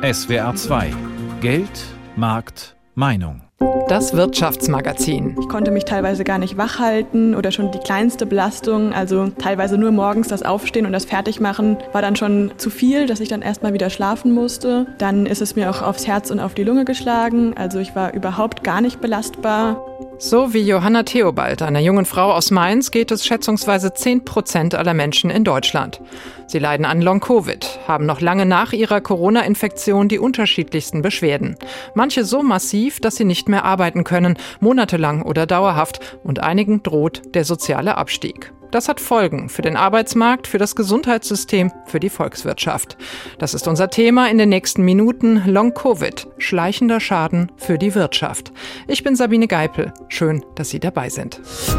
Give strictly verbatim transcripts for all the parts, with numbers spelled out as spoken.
S W R zwei. Geld, Markt, Meinung. Das Wirtschaftsmagazin. Ich konnte mich teilweise gar nicht wach halten oder schon die kleinste Belastung, also teilweise nur morgens das Aufstehen und das Fertigmachen war dann schon zu viel, dass ich dann erstmal wieder schlafen musste. Dann ist es mir auch aufs Herz und auf die Lunge geschlagen, also ich war überhaupt gar nicht belastbar. So wie Johanna Theobald, einer jungen Frau aus Mainz, geht es schätzungsweise zehn Prozent aller Menschen in Deutschland. Sie leiden an Long-Covid, haben noch lange nach ihrer Corona-Infektion die unterschiedlichsten Beschwerden. Manche so massiv, dass sie nicht mehr arbeiten können, monatelang oder dauerhaft, und einigen droht der soziale Abstieg. Das hat Folgen für den Arbeitsmarkt, für das Gesundheitssystem, für die Volkswirtschaft. Das ist unser Thema in den nächsten Minuten. Long-Covid, schleichender Schaden für die Wirtschaft. Ich bin Sabine Geipel. Schön, dass Sie dabei sind.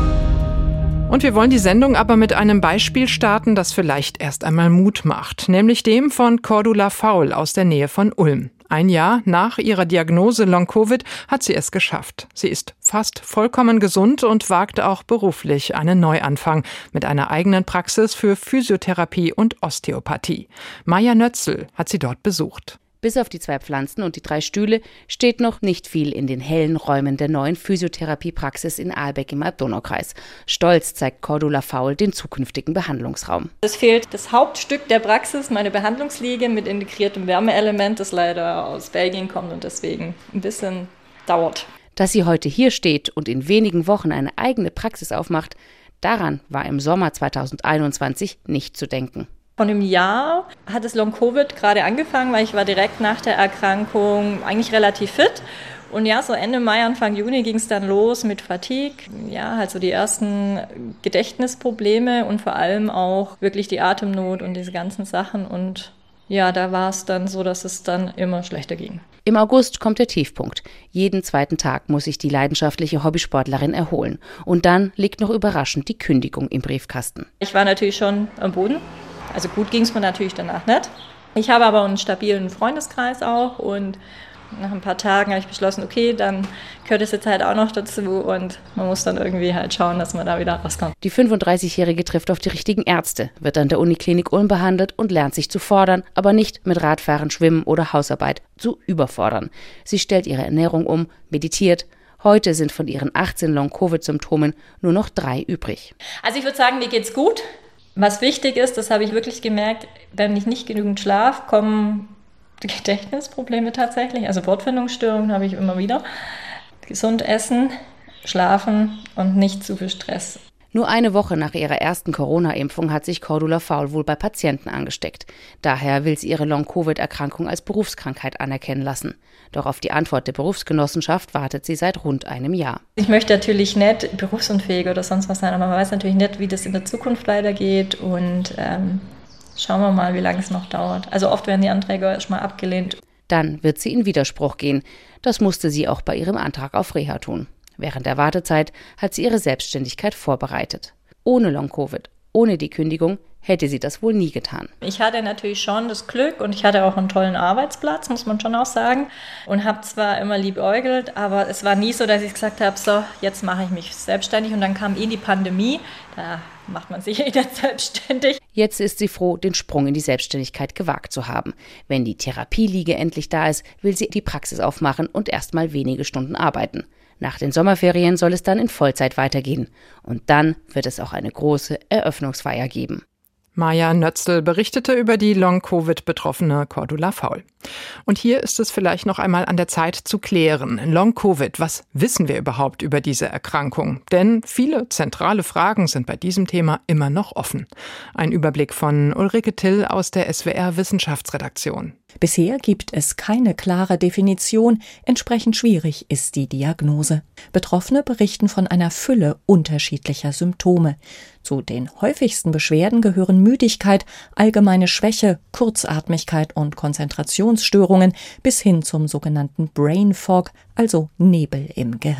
Und wir wollen die Sendung aber mit einem Beispiel starten, das vielleicht erst einmal Mut macht, nämlich dem von Cordula Faul aus der Nähe von Ulm. Ein Jahr nach ihrer Diagnose Long-Covid hat sie es geschafft. Sie ist fast vollkommen gesund und wagt auch beruflich einen Neuanfang mit einer eigenen Praxis für Physiotherapie und Osteopathie. Maja Nötzl hat sie dort besucht. Bis auf die zwei Pflanzen und die drei Stühle steht noch nicht viel in den hellen Räumen der neuen Physiotherapiepraxis in Ahlbeck im Alb-Donau-Kreis. Stolz zeigt Cordula Faul den zukünftigen Behandlungsraum. Es fehlt das Hauptstück der Praxis, meine Behandlungsliege mit integriertem Wärmeelement, das leider aus Belgien kommt und deswegen ein bisschen dauert. Dass sie heute hier steht und in wenigen Wochen eine eigene Praxis aufmacht, daran war im Sommer zweitausendeinundzwanzig nicht zu denken. Von einem Jahr hat das Long-Covid gerade angefangen, weil ich war direkt nach der Erkrankung eigentlich relativ fit. Und ja, so Ende Mai, Anfang Juni ging es dann los mit Fatigue. Ja, halt so die ersten Gedächtnisprobleme und vor allem auch wirklich die Atemnot und diese ganzen Sachen. Und ja, da war es dann so, dass es dann immer schlechter ging. Im August kommt der Tiefpunkt. Jeden zweiten Tag muss sich die leidenschaftliche Hobbysportlerin erholen. Und dann liegt noch überraschend die Kündigung im Briefkasten. Ich war natürlich schon am Boden. Also gut ging es mir natürlich danach nicht. Ich habe aber einen stabilen Freundeskreis auch und nach ein paar Tagen habe ich beschlossen, okay, dann gehört es jetzt halt auch noch dazu und man muss dann irgendwie halt schauen, dass man da wieder rauskommt. Die fünfunddreißigjährige trifft auf die richtigen Ärzte, wird an der Uniklinik Ulm behandelt und lernt sich zu fordern, aber nicht mit Radfahren, Schwimmen oder Hausarbeit zu überfordern. Sie stellt ihre Ernährung um, meditiert. Heute sind von ihren achtzehn Long-Covid-Symptomen nur noch drei übrig. Also ich würde sagen, mir geht's gut. Was wichtig ist, das habe ich wirklich gemerkt, wenn ich nicht genügend schlafe, kommen Gedächtnisprobleme tatsächlich. Also Wortfindungsstörungen habe ich immer wieder. Gesund essen, schlafen und nicht zu viel Stress. Nur eine Woche nach ihrer ersten Corona-Impfung hat sich Cordula Faul wohl bei Patienten angesteckt. Daher will sie ihre Long-Covid-Erkrankung als Berufskrankheit anerkennen lassen. Doch auf die Antwort der Berufsgenossenschaft wartet sie seit rund einem Jahr. Ich möchte natürlich nicht berufsunfähig oder sonst was sein, aber man weiß natürlich nicht, wie das in der Zukunft weitergeht und ähm, schauen wir mal, wie lange es noch dauert. Also oft werden die Anträge erstmal abgelehnt. Dann wird sie in Widerspruch gehen. Das musste sie auch bei ihrem Antrag auf Reha tun. Während der Wartezeit hat sie ihre Selbstständigkeit vorbereitet. Ohne Long-Covid, ohne die Kündigung, hätte sie das wohl nie getan. Ich hatte natürlich schon das Glück und ich hatte auch einen tollen Arbeitsplatz, muss man schon auch sagen. Und habe zwar immer liebäugelt, aber es war nie so, dass ich gesagt habe, so, jetzt mache ich mich selbstständig. Und dann kam eh die Pandemie, da macht man sich eh nicht selbstständig. Jetzt ist sie froh, den Sprung in die Selbstständigkeit gewagt zu haben. Wenn die Therapieliege endlich da ist, will sie die Praxis aufmachen und erst mal wenige Stunden arbeiten. Nach den Sommerferien soll es dann in Vollzeit weitergehen. Und dann wird es auch eine große Eröffnungsfeier geben. Maja Nötzl berichtete über die Long-Covid-betroffene Cordula Faul. Und hier ist es vielleicht noch einmal an der Zeit zu klären. Long-Covid, was wissen wir überhaupt über diese Erkrankung? Denn viele zentrale Fragen sind bei diesem Thema immer noch offen. Ein Überblick von Ulrike Till aus der S W R-Wissenschaftsredaktion. Bisher gibt es keine klare Definition, entsprechend schwierig ist die Diagnose. Betroffene berichten von einer Fülle unterschiedlicher Symptome. Zu den häufigsten Beschwerden gehören Müdigkeit, allgemeine Schwäche, Kurzatmigkeit und Konzentrationsstörungen bis hin zum sogenannten Brain Fog, also Nebel im Gehirn.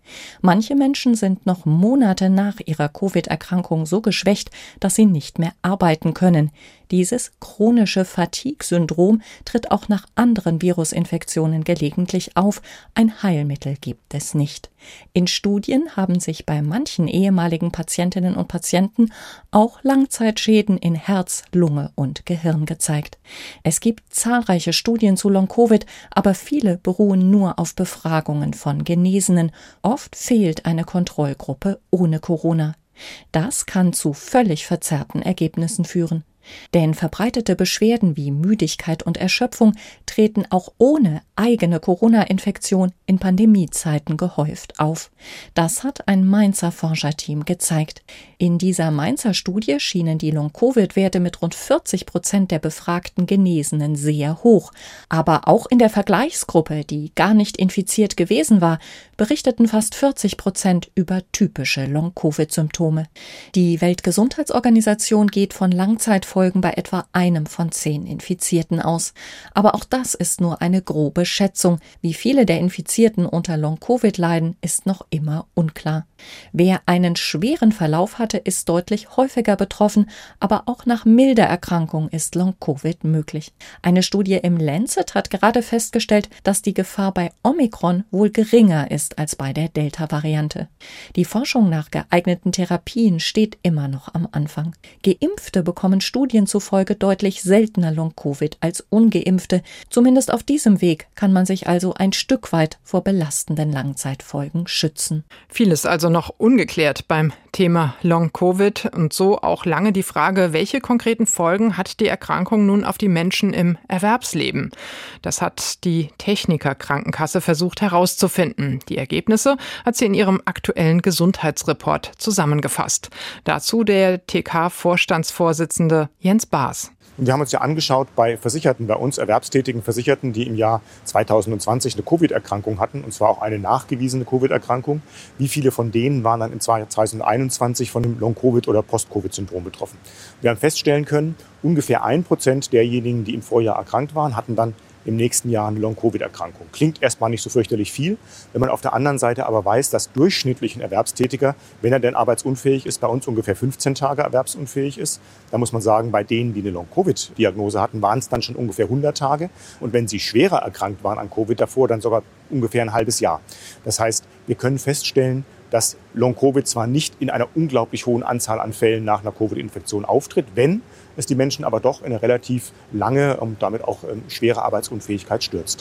Manche Menschen sind noch Monate nach ihrer Covid-Erkrankung so geschwächt, dass sie nicht mehr arbeiten können. Dieses chronische Fatigue-Syndrom tritt auch nach anderen Virusinfektionen gelegentlich auf. Ein Heilmittel gibt es nicht. In Studien haben sich bei manchen ehemaligen Patientinnen und Patienten auch Langzeitschäden in Herz, Lunge und Gehirn gezeigt. Es gibt zahlreiche Studien zu Long-Covid, aber viele beruhen nur auf Befragungen von Genesenen. Oft fehlt eine Kontrollgruppe ohne Corona. Das kann zu völlig verzerrten Ergebnissen führen. Denn verbreitete Beschwerden wie Müdigkeit und Erschöpfung treten auch ohne eigene Corona-Infektion in Pandemiezeiten gehäuft auf. Das hat ein Mainzer Forscherteam gezeigt. In dieser Mainzer Studie schienen die Long-Covid-Werte mit rund vierzig Prozent der befragten Genesenen sehr hoch. Aber auch in der Vergleichsgruppe, die gar nicht infiziert gewesen war, berichteten fast vierzig Prozent über typische Long-Covid-Symptome. Die Weltgesundheitsorganisation geht von Langzeitfolgen bei etwa einem von zehn Infizierten aus. Aber auch das ist nur eine grobe Schätzung. Wie viele der Infizierten unter Long-Covid leiden, ist noch immer unklar. Wer einen schweren Verlauf hatte, ist deutlich häufiger betroffen, aber auch nach milder Erkrankung ist Long-Covid möglich. Eine Studie im Lancet hat gerade festgestellt, dass die Gefahr bei Omikron wohl geringer ist als bei der Delta-Variante. Die Forschung nach geeigneten Therapien steht immer noch am Anfang. Geimpfte bekommen Studien zufolge deutlich seltener Long-Covid als Ungeimpfte. Zumindest auf diesem Weg kann man sich also ein Stück weit vor belastenden Langzeitfolgen schützen. Vieles also noch ungeklärt beim Thema Long-Covid und so auch lange die Frage, welche konkreten Folgen hat die Erkrankung nun auf die Menschen im Erwerbsleben? Das hat die Techniker Krankenkasse versucht herauszufinden. Die Ergebnisse hat sie in ihrem aktuellen Gesundheitsreport zusammengefasst. Dazu der T K-Vorstandsvorsitzende Jens Baas. Und wir haben uns ja angeschaut bei Versicherten, bei uns erwerbstätigen Versicherten, die im Jahr zweitausendzwanzig eine Covid-Erkrankung hatten, und zwar auch eine nachgewiesene Covid-Erkrankung. Wie viele von denen waren dann in zweitausendeinundzwanzig von dem Long-Covid- oder Post-Covid-Syndrom betroffen? Wir haben feststellen können, ungefähr ein Prozent derjenigen, die im Vorjahr erkrankt waren, hatten dann im nächsten Jahr eine Long-Covid-Erkrankung. Klingt erstmal nicht so fürchterlich viel. Wenn man auf der anderen Seite aber weiß, dass durchschnittlich ein Erwerbstätiger, wenn er denn arbeitsunfähig ist, bei uns ungefähr fünfzehn Tage erwerbsunfähig ist, dann muss man sagen, bei denen, die eine Long-Covid-Diagnose hatten, waren es dann schon ungefähr hundert Tage. Und wenn sie schwerer erkrankt waren an Covid davor, dann sogar ungefähr ein halbes Jahr. Das heißt, wir können feststellen, dass Long-Covid zwar nicht in einer unglaublich hohen Anzahl an Fällen nach einer Covid-Infektion auftritt, wenn es die Menschen aber doch in eine relativ lange und damit auch schwere Arbeitsunfähigkeit stürzt.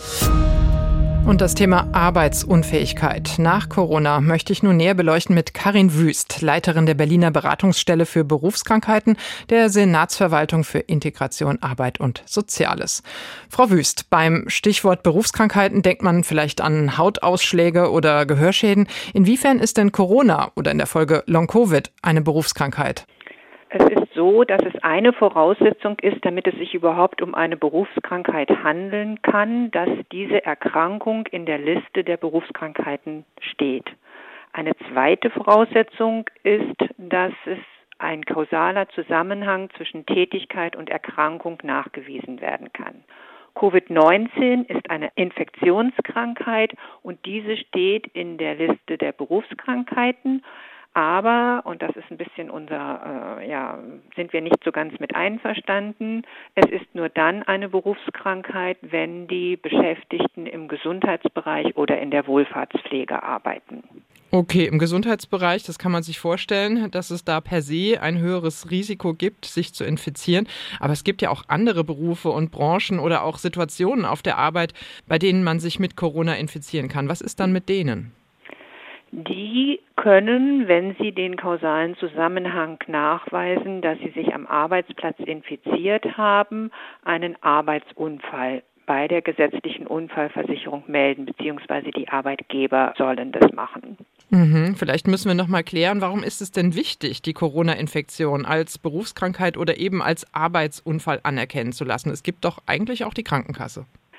Und das Thema Arbeitsunfähigkeit nach Corona möchte ich nun näher beleuchten mit Karin Wüst, Leiterin der Berliner Beratungsstelle für Berufskrankheiten der Senatsverwaltung für Integration, Arbeit und Soziales. Frau Wüst, beim Stichwort Berufskrankheiten denkt man vielleicht an Hautausschläge oder Gehörschäden. Inwiefern ist denn Corona oder in der Folge Long-Covid eine Berufskrankheit? Es ist so, dass es eine Voraussetzung ist, damit es sich überhaupt um eine Berufskrankheit handeln kann, dass diese Erkrankung in der Liste der Berufskrankheiten steht. Eine zweite Voraussetzung ist, dass es ein kausaler Zusammenhang zwischen Tätigkeit und Erkrankung nachgewiesen werden kann. Covid neunzehn ist eine Infektionskrankheit und diese steht in der Liste der Berufskrankheiten. Aber, und das ist ein bisschen unser, äh, ja, sind wir nicht so ganz mit einverstanden, es ist nur dann eine Berufskrankheit, wenn die Beschäftigten im Gesundheitsbereich oder in der Wohlfahrtspflege arbeiten. Okay, im Gesundheitsbereich, das kann man sich vorstellen, dass es da per se ein höheres Risiko gibt, sich zu infizieren. Aber es gibt ja auch andere Berufe und Branchen oder auch Situationen auf der Arbeit, bei denen man sich mit Corona infizieren kann. Was ist dann mit denen? Die können, wenn sie den kausalen Zusammenhang nachweisen, dass sie sich am Arbeitsplatz infiziert haben, einen Arbeitsunfall bei der gesetzlichen Unfallversicherung melden, beziehungsweise die Arbeitgeber sollen das machen. Mhm, vielleicht müssen wir noch mal klären, warum ist es denn wichtig, die Corona-Infektion als Berufskrankheit oder eben als Arbeitsunfall anerkennen zu lassen? Es gibt doch eigentlich auch die Krankenkasse.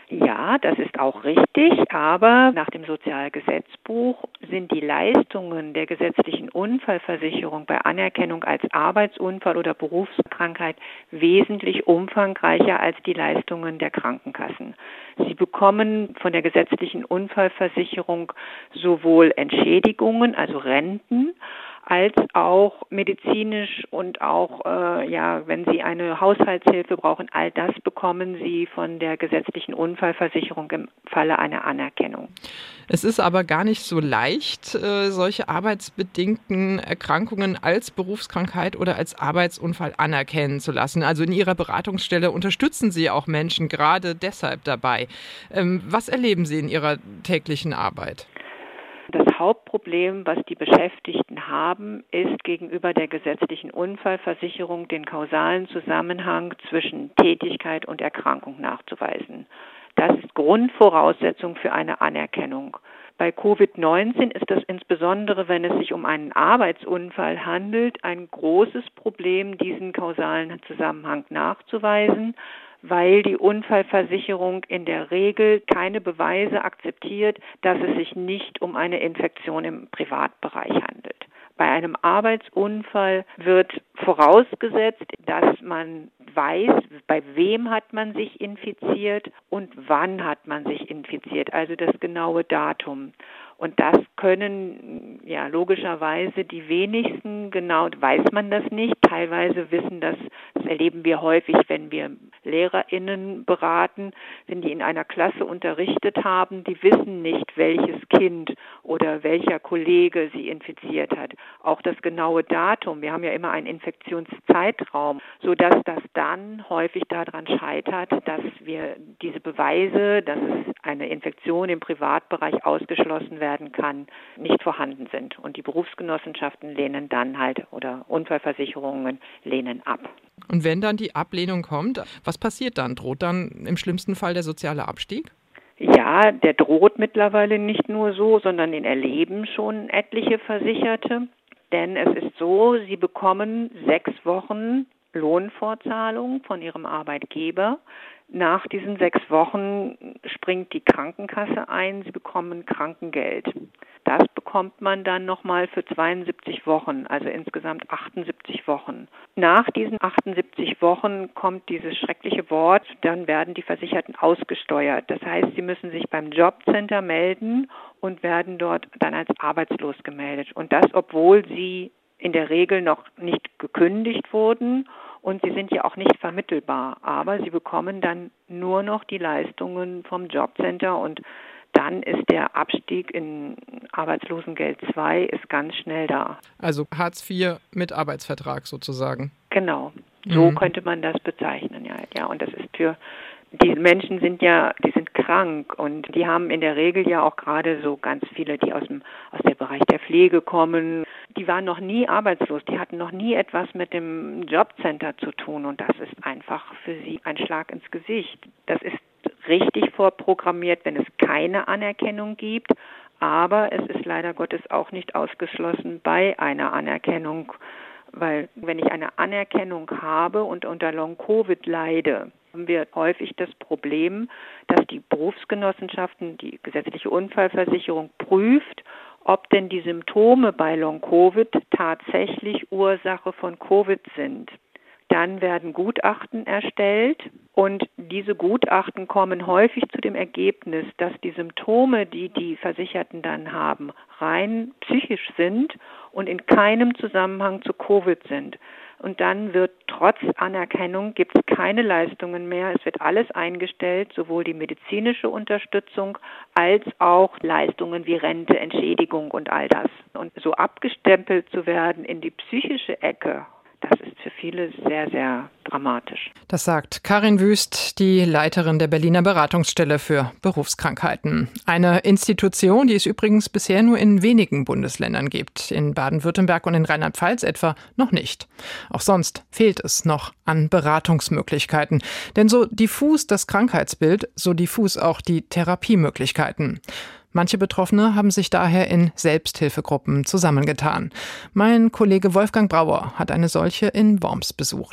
Ja, das ist auch richtig, aber nach dem Sozialgesetzbuch sind die Leistungen der gesetzlichen Unfallversicherung bei Anerkennung als Arbeitsunfall oder Berufskrankheit wesentlich umfangreicher als die Leistungen der Krankenkassen. Sie bekommen von der gesetzlichen Unfallversicherung sowohl Entschädigungen, also Renten, als auch medizinisch und auch, äh, ja, wenn Sie eine Haushaltshilfe brauchen, all das bekommen Sie von der gesetzlichen Unfallversicherung im Falle einer Anerkennung. Es ist aber gar nicht so leicht, äh, solche arbeitsbedingten Erkrankungen als Berufskrankheit oder als Arbeitsunfall anerkennen zu lassen. Also in Ihrer Beratungsstelle unterstützen Sie auch Menschen gerade deshalb dabei. Ähm, was erleben Sie in Ihrer täglichen Arbeit? Das Hauptproblem, was die Beschäftigten haben, ist gegenüber der gesetzlichen Unfallversicherung den kausalen Zusammenhang zwischen Tätigkeit und Erkrankung nachzuweisen. Das ist Grundvoraussetzung für eine Anerkennung. Bei Covid neunzehn ist das insbesondere, wenn es sich um einen Arbeitsunfall handelt, ein großes Problem, diesen kausalen Zusammenhang nachzuweisen, weil die Unfallversicherung in der Regel keine Beweise akzeptiert, dass es sich nicht um eine Infektion im Privatbereich handelt. Bei einem Arbeitsunfall wird vorausgesetzt, dass man weiß, bei wem hat man sich infiziert und wann hat man sich infiziert, also das genaue Datum. Und das können ja logischerweise die wenigsten, genau weiß man das nicht. Teilweise wissen das, das erleben wir häufig, wenn wir LehrerInnen beraten, wenn die in einer Klasse unterrichtet haben, die wissen nicht, welches Kind oder welcher Kollege sie infiziert hat. Auch das genaue Datum, wir haben ja immer einen Infektionszeitraum, sodass das dann häufig daran scheitert, dass wir diese Beweise, dass es eine Infektion im Privatbereich ausgeschlossen werden kann, nicht vorhanden sind. Und die Berufsgenossenschaften lehnen dann halt oder Unfallversicherungen lehnen ab. Und wenn dann die Ablehnung kommt, was passiert dann? Droht dann im schlimmsten Fall der soziale Abstieg? Ja, der droht mittlerweile nicht nur so, sondern den erleben schon etliche Versicherte. Denn es ist so, sie bekommen sechs Wochen Lohnfortzahlung von ihrem Arbeitgeber. Nach diesen sechs Wochen springt die Krankenkasse ein, sie bekommen Krankengeld. Das bekommt man dann nochmal für zweiundsiebzig Wochen, also insgesamt achtundsiebzig Wochen. Nach diesen achtundsiebzig Wochen kommt dieses schreckliche Wort, dann werden die Versicherten ausgesteuert. Das heißt, sie müssen sich beim Jobcenter melden und werden dort dann als arbeitslos gemeldet. Und das, obwohl sie in der Regel noch nicht gekündigt wurden. Und sie sind ja auch nicht vermittelbar, aber sie bekommen dann nur noch die Leistungen vom Jobcenter und dann ist der Abstieg in Arbeitslosengeld zwei ist ganz schnell da. Also Hartz vier mit Arbeitsvertrag sozusagen. Genau, so mhm. könnte man das bezeichnen, ja, ja. Und das ist für diese Menschen sind ja, die sind krank und die haben in der Regel ja auch gerade so ganz viele, die aus dem aus dem Bereich der Pflege kommen. Die waren noch nie arbeitslos, die hatten noch nie etwas mit dem Jobcenter zu tun und das ist einfach für sie ein Schlag ins Gesicht. Das ist richtig vorprogrammiert, wenn es keine Anerkennung gibt, aber es ist leider Gottes auch nicht ausgeschlossen bei einer Anerkennung, weil wenn ich eine Anerkennung habe und unter Long-Covid leide, haben wir häufig das Problem, dass die Berufsgenossenschaften, die gesetzliche Unfallversicherung prüft, ob denn die Symptome bei Long-Covid tatsächlich Ursache von Covid sind. Dann werden Gutachten erstellt und diese Gutachten kommen häufig zu dem Ergebnis, dass die Symptome, die die Versicherten dann haben, rein psychisch sind und in keinem Zusammenhang zu Covid sind. Und dann wird trotz Anerkennung gibt es keine Leistungen mehr. Es wird alles eingestellt, sowohl die medizinische Unterstützung als auch Leistungen wie Rente, Entschädigung und all das. Und so abgestempelt zu werden in die psychische Ecke, das ist für viele sehr, sehr dramatisch. Das sagt Karin Wüst, die Leiterin der Berliner Beratungsstelle für Berufskrankheiten. Eine Institution, die es übrigens bisher nur in wenigen Bundesländern gibt. In Baden-Württemberg und in Rheinland-Pfalz etwa noch nicht. Auch sonst fehlt es noch an Beratungsmöglichkeiten. Denn so diffus das Krankheitsbild, so diffus auch die Therapiemöglichkeiten. Manche Betroffene haben sich daher in Selbsthilfegruppen zusammengetan. Mein Kollege Wolfgang Brauer hat eine solche in Worms besucht.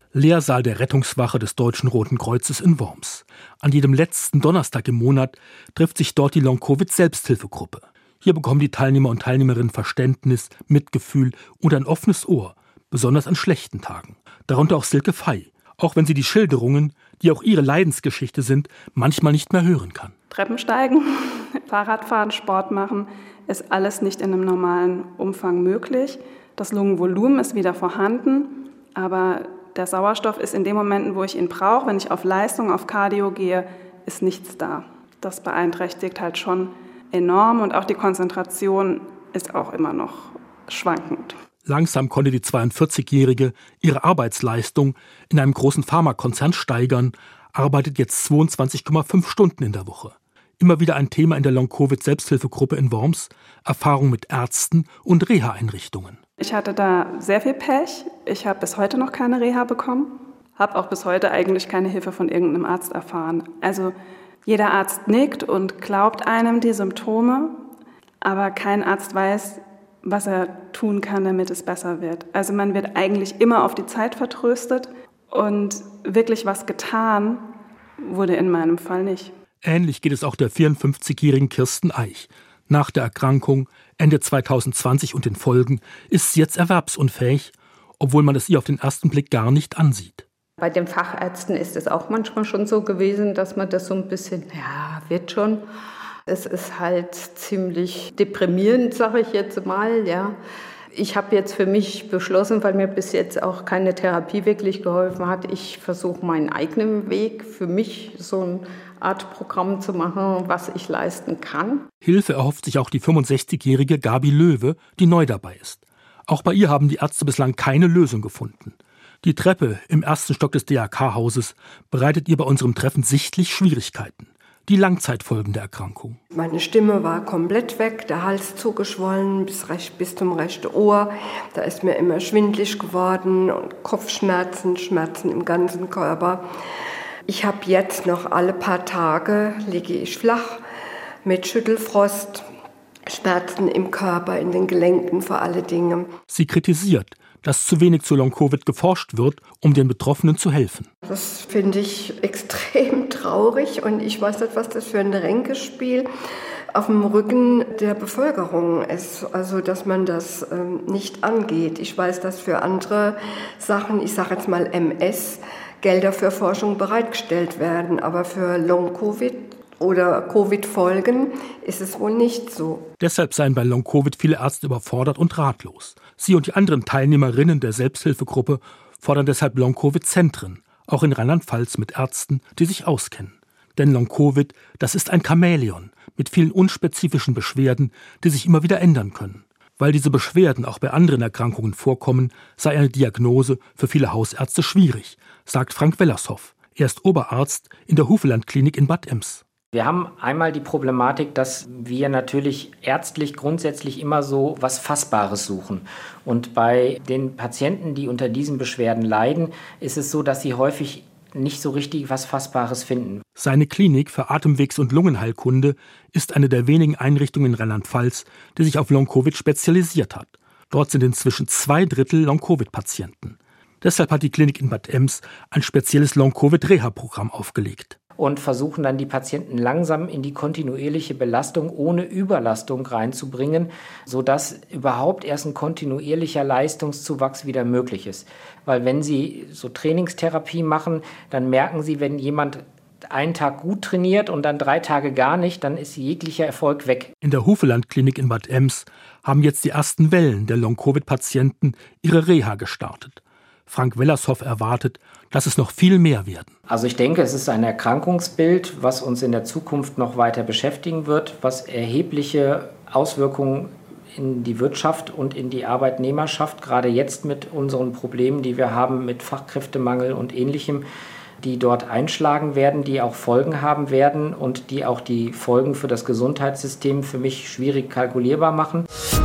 Lehrsaal der Rettungswache des Deutschen Roten Kreuzes in Worms. An jedem letzten Donnerstag im Monat trifft sich dort die Long-Covid-Selbsthilfegruppe. Hier bekommen die Teilnehmer und Teilnehmerinnen Verständnis, Mitgefühl und ein offenes Ohr, besonders an schlechten Tagen. Darunter auch Silke Fey, auch wenn sie die Schilderungen, die auch ihre Leidensgeschichte sind, manchmal nicht mehr hören kann. Treppen steigen, Fahrradfahren, Sport machen, ist alles nicht in einem normalen Umfang möglich. Das Lungenvolumen ist wieder vorhanden, aber der Sauerstoff ist in den Momenten, wo ich ihn brauche, wenn ich auf Leistung, auf Cardio gehe, ist nichts da. Das beeinträchtigt halt schon enorm und auch die Konzentration ist auch immer noch schwankend. Langsam konnte die zweiundvierzigjährige ihre Arbeitsleistung in einem großen Pharmakonzern steigern, arbeitet jetzt zweiundzwanzig Komma fünf Stunden in der Woche. Immer wieder ein Thema in der Long-Covid-Selbsthilfegruppe in Worms, Erfahrung mit Ärzten und Reha-Einrichtungen. Ich hatte da sehr viel Pech. Ich habe bis heute noch keine Reha bekommen, habe auch bis heute eigentlich keine Hilfe von irgendeinem Arzt erfahren. Also jeder Arzt nickt und glaubt einem die Symptome, aber kein Arzt weiß, was er tun kann, damit es besser wird. Also man wird eigentlich immer auf die Zeit vertröstet und wirklich was getan wurde in meinem Fall nicht. Ähnlich geht es auch der vierundfünfzigjährigen Kirsten Eich. Nach der Erkrankung Ende zweitausendzwanzig und den Folgen ist sie jetzt erwerbsunfähig, obwohl man es ihr auf den ersten Blick gar nicht ansieht. Bei den Fachärzten ist es auch manchmal schon so gewesen, dass man das so ein bisschen, ja, wird schon. Es ist halt ziemlich deprimierend, sage ich jetzt mal, ja. Ich habe jetzt für mich beschlossen, weil mir bis jetzt auch keine Therapie wirklich geholfen hat, ich versuche meinen eigenen Weg für mich so eine Art Programm zu machen, was ich leisten kann. Hilfe erhofft sich auch die fünfundsechzigjährige Gabi Löwe, die neu dabei ist. Auch bei ihr haben die Ärzte bislang keine Lösung gefunden. Die Treppe im ersten Stock des D R K-Hauses bereitet ihr bei unserem Treffen sichtlich Schwierigkeiten. Die Langzeitfolgen der Erkrankung. Meine Stimme war komplett weg, der Hals zugeschwollen bis, recht, bis zum rechten Ohr. Da ist mir immer schwindelig geworden und Kopfschmerzen, Schmerzen im ganzen Körper. Ich habe jetzt noch alle paar Tage, liege ich flach mit Schüttelfrost, Schmerzen im Körper, in den Gelenken vor allen Dingen. Sie kritisiert, dass zu wenig zu Long-Covid geforscht wird, um den Betroffenen zu helfen. Das finde ich extrem traurig und ich weiß nicht, was das für ein Ränkespiel auf dem Rücken der Bevölkerung ist. Also, dass man das ähm, nicht angeht. Ich weiß, dass für andere Sachen, ich sage jetzt mal M S, Gelder für Forschung bereitgestellt werden, aber für Long-Covid oder Covid-Folgen ist es wohl nicht so. Deshalb seien bei Long-Covid viele Ärzte überfordert und ratlos. Sie und die anderen Teilnehmerinnen der Selbsthilfegruppe fordern deshalb Long-Covid-Zentren, auch in Rheinland-Pfalz mit Ärzten, die sich auskennen. Denn Long-Covid, das ist ein Chamäleon mit vielen unspezifischen Beschwerden, die sich immer wieder ändern können. Weil diese Beschwerden auch bei anderen Erkrankungen vorkommen, sei eine Diagnose für viele Hausärzte schwierig, sagt Frank Wellershoff. Er ist Oberarzt in der Hufeland-Klinik in Bad Ems. Wir haben einmal die Problematik, dass wir natürlich ärztlich grundsätzlich immer so was Fassbares suchen. Und bei den Patienten, die unter diesen Beschwerden leiden, ist es so, dass sie häufig nicht so richtig was Fassbares finden. Seine Klinik für Atemwegs- und Lungenheilkunde ist eine der wenigen Einrichtungen in Rheinland-Pfalz, die sich auf Long-Covid spezialisiert hat. Dort sind inzwischen zwei Drittel Long-Covid-Patienten. Deshalb hat die Klinik in Bad Ems ein spezielles Long-Covid-Reha-Programm aufgelegt. Und versuchen dann die Patienten langsam in die kontinuierliche Belastung ohne Überlastung reinzubringen, sodass überhaupt erst ein kontinuierlicher Leistungszuwachs wieder möglich ist. Weil wenn Sie so Trainingstherapie machen, dann merken Sie, wenn jemand einen Tag gut trainiert und dann drei Tage gar nicht, dann ist jeglicher Erfolg weg. In der Hufeland-Klinik in Bad Ems haben jetzt die ersten Wellen der Long-Covid-Patienten ihre Reha gestartet. Frank Wellershoff erwartet, dass es noch viel mehr werden. Also ich denke, es ist ein Erkrankungsbild, was uns in der Zukunft noch weiter beschäftigen wird, was erhebliche Auswirkungen in die Wirtschaft und in die Arbeitnehmerschaft, gerade jetzt mit unseren Problemen, die wir haben mit Fachkräftemangel und Ähnlichem, die dort einschlagen werden, die auch Folgen haben werden und die auch die Folgen für das Gesundheitssystem für mich schwierig kalkulierbar machen.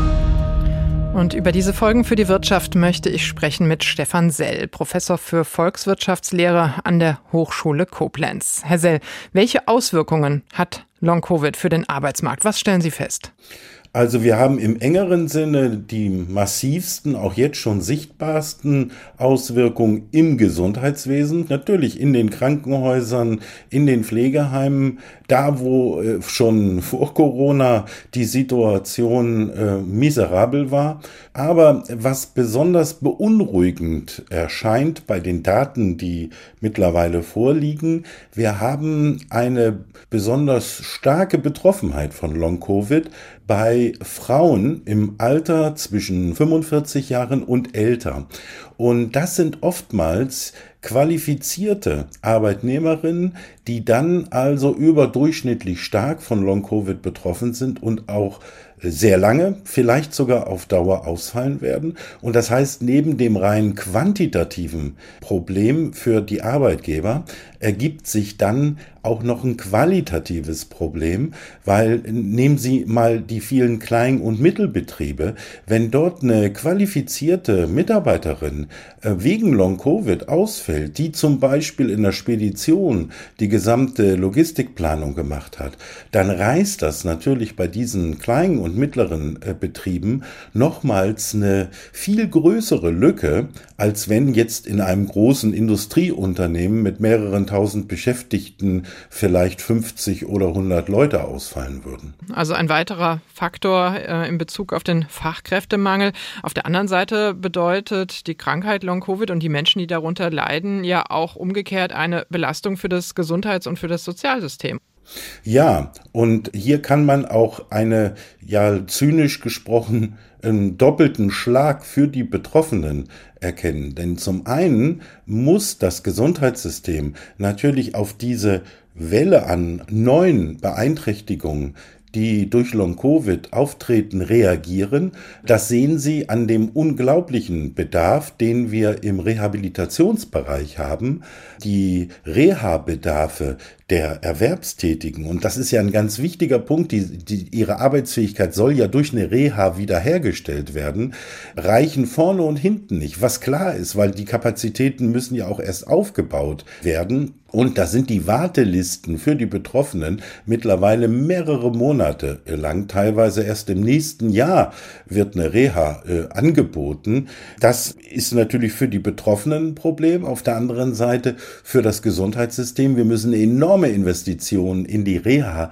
Und über diese Folgen für die Wirtschaft möchte ich sprechen mit Stefan Sell, Professor für Volkswirtschaftslehre an der Hochschule Koblenz. Herr Sell, welche Auswirkungen hat Long-Covid für den Arbeitsmarkt? Was stellen Sie fest? Also wir haben im engeren Sinne die massivsten, auch jetzt schon sichtbarsten Auswirkungen im Gesundheitswesen, natürlich in den Krankenhäusern, in den Pflegeheimen, da wo äh, schon vor Corona die Situation äh, miserabel war. Aber was besonders beunruhigend erscheint bei den Daten, die mittlerweile vorliegen, wir haben eine besonders starke Betroffenheit von Long-Covid bei Frauen im Alter zwischen fünfundvierzig Jahren und älter. Und das sind oftmals qualifizierte Arbeitnehmerinnen, die dann also überdurchschnittlich stark von Long-Covid betroffen sind und auch sehr lange, vielleicht sogar auf Dauer ausfallen werden. Und das heißt, neben dem rein quantitativen Problem für die Arbeitgeber ergibt sich dann auch noch ein qualitatives Problem, weil nehmen Sie mal die vielen Klein- und Mittelbetriebe, wenn dort eine qualifizierte Mitarbeiterin wegen Long-Covid ausfällt, die zum Beispiel in der Spedition die gesamte Logistikplanung gemacht hat, dann reißt das natürlich bei diesen kleinen und mittleren Betrieben nochmals eine viel größere Lücke, als wenn jetzt in einem großen Industrieunternehmen mit mehreren tausend Beschäftigten vielleicht fünfzig oder hundert Leute ausfallen würden. Also ein weiterer Faktor äh, in Bezug auf den Fachkräftemangel. Auf der anderen Seite bedeutet die Krankheit Long-Covid und die Menschen, die darunter leiden, ja auch umgekehrt eine Belastung für das Gesundheits- und für das Sozialsystem. Ja, und hier kann man auch eine, ja zynisch gesprochen, einen doppelten Schlag für die Betroffenen erkennen. Denn zum einen muss das Gesundheitssystem natürlich auf diese Welle an neuen Beeinträchtigungen, die durch Long-Covid auftreten, reagieren. Das sehen Sie an dem unglaublichen Bedarf, den wir im Rehabilitationsbereich haben. Die Reha-Bedarfe der Erwerbstätigen, und das ist ja ein ganz wichtiger Punkt, die, die, ihre Arbeitsfähigkeit soll ja durch eine Reha wiederhergestellt werden, reichen vorne und hinten nicht, was klar ist, weil die Kapazitäten müssen ja auch erst aufgebaut werden. Und da sind die Wartelisten für die Betroffenen mittlerweile mehrere Monate lang, teilweise erst im nächsten Jahr wird eine Reha äh, angeboten. Das ist natürlich für die Betroffenen ein Problem. Auf der anderen Seite für das Gesundheitssystem. Wir müssen enorme Investitionen in die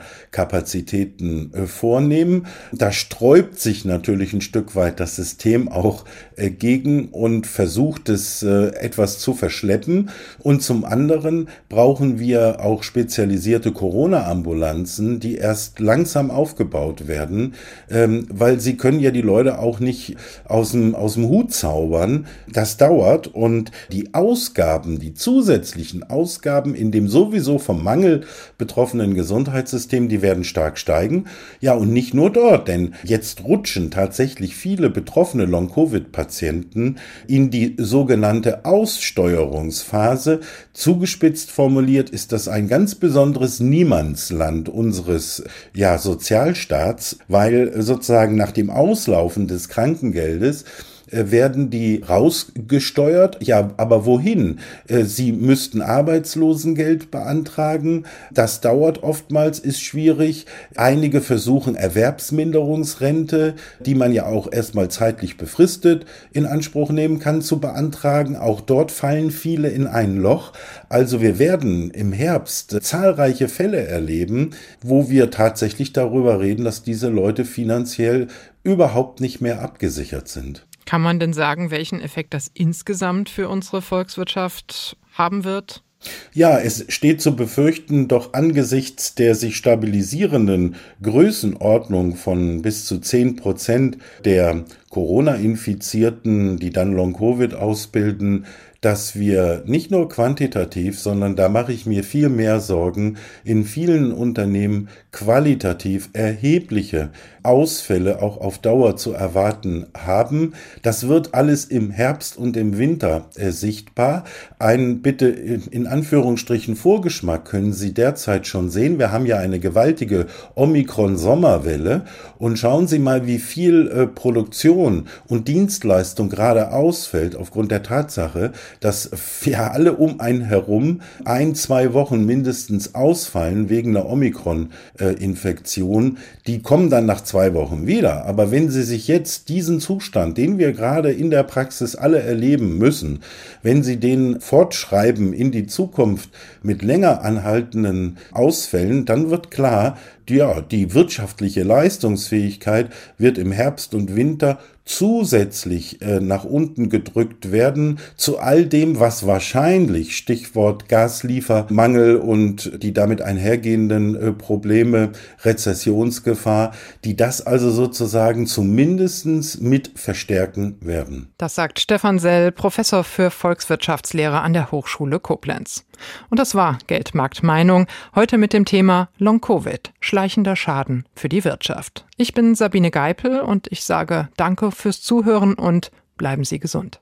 Reha-Kapazitäten äh, vornehmen. Da sträubt sich natürlich ein Stück weit das System auch äh, gegen und versucht es äh, etwas zu verschleppen. Und zum anderen brauchen wir auch spezialisierte Corona-Ambulanzen, die erst langsam aufgebaut werden, ähm, weil sie können ja die Leute auch nicht aus dem, aus dem Hut zaubern. Das dauert und die Ausgaben, die zusätzlichen Ausgaben in dem sowieso vom Mangel betroffenen Gesundheitssystem, die werden stark steigen. Ja, und nicht nur dort, denn jetzt rutschen tatsächlich viele betroffene Long-Covid-Patienten in die sogenannte Aussteuerungsphase. Zugespitzt formuliert ist das ein ganz besonderes Niemandsland unseres ja, Sozialstaats, weil sozusagen nach dem Auslaufen des Krankengeldes werden die rausgesteuert. Ja, aber wohin? Sie müssten Arbeitslosengeld beantragen. Das dauert oftmals, ist schwierig. Einige versuchen Erwerbsminderungsrente, die man ja auch erstmal zeitlich befristet in Anspruch nehmen kann, zu beantragen. Auch dort fallen viele in ein Loch. Also wir werden im Herbst zahlreiche Fälle erleben, wo wir tatsächlich darüber reden, dass diese Leute finanziell überhaupt nicht mehr abgesichert sind. Kann man denn sagen, welchen Effekt das insgesamt für unsere Volkswirtschaft haben wird? Ja, es steht zu befürchten, doch angesichts der sich stabilisierenden Größenordnung von bis zu zehn Prozent der Corona-Infizierten, die dann Long-Covid ausbilden, dass wir nicht nur quantitativ, sondern da mache ich mir viel mehr Sorgen, in vielen Unternehmen qualitativ erhebliche Ausfälle auch auf Dauer zu erwarten haben. Das wird alles im Herbst und im Winter äh, sichtbar. Ein bitte in, in Anführungsstrichen Vorgeschmack können Sie derzeit schon sehen. Wir haben ja eine gewaltige Omikron-Sommerwelle und schauen Sie mal, wie viel äh, Produktion und Dienstleistung gerade ausfällt aufgrund der Tatsache, dass ja alle um einen herum ein, zwei Wochen mindestens ausfallen wegen einer Omikron-Infektion. Die kommen dann nach zwei Wochen wieder. Aber wenn Sie sich jetzt diesen Zustand, den wir gerade in der Praxis alle erleben müssen, wenn Sie den fortschreiben in die Zukunft mit länger anhaltenden Ausfällen, dann wird klar, ja, die wirtschaftliche Leistungsfähigkeit wird im Herbst und Winter zusätzlich äh, nach unten gedrückt werden zu all dem, was wahrscheinlich, Stichwort Gasliefermangel und die damit einhergehenden äh, Probleme, Rezessionsgefahr, die das also sozusagen zumindest mit verstärken werden. Das sagt Stefan Sell, Professor für Volkswirtschaftslehre an der Hochschule Koblenz. Und das war Geldmarktmeinung, heute mit dem Thema Long-Covid, schleichender Schaden für die Wirtschaft. Ich bin Sabine Geipel und ich sage Danke fürs Zuhören und bleiben Sie gesund.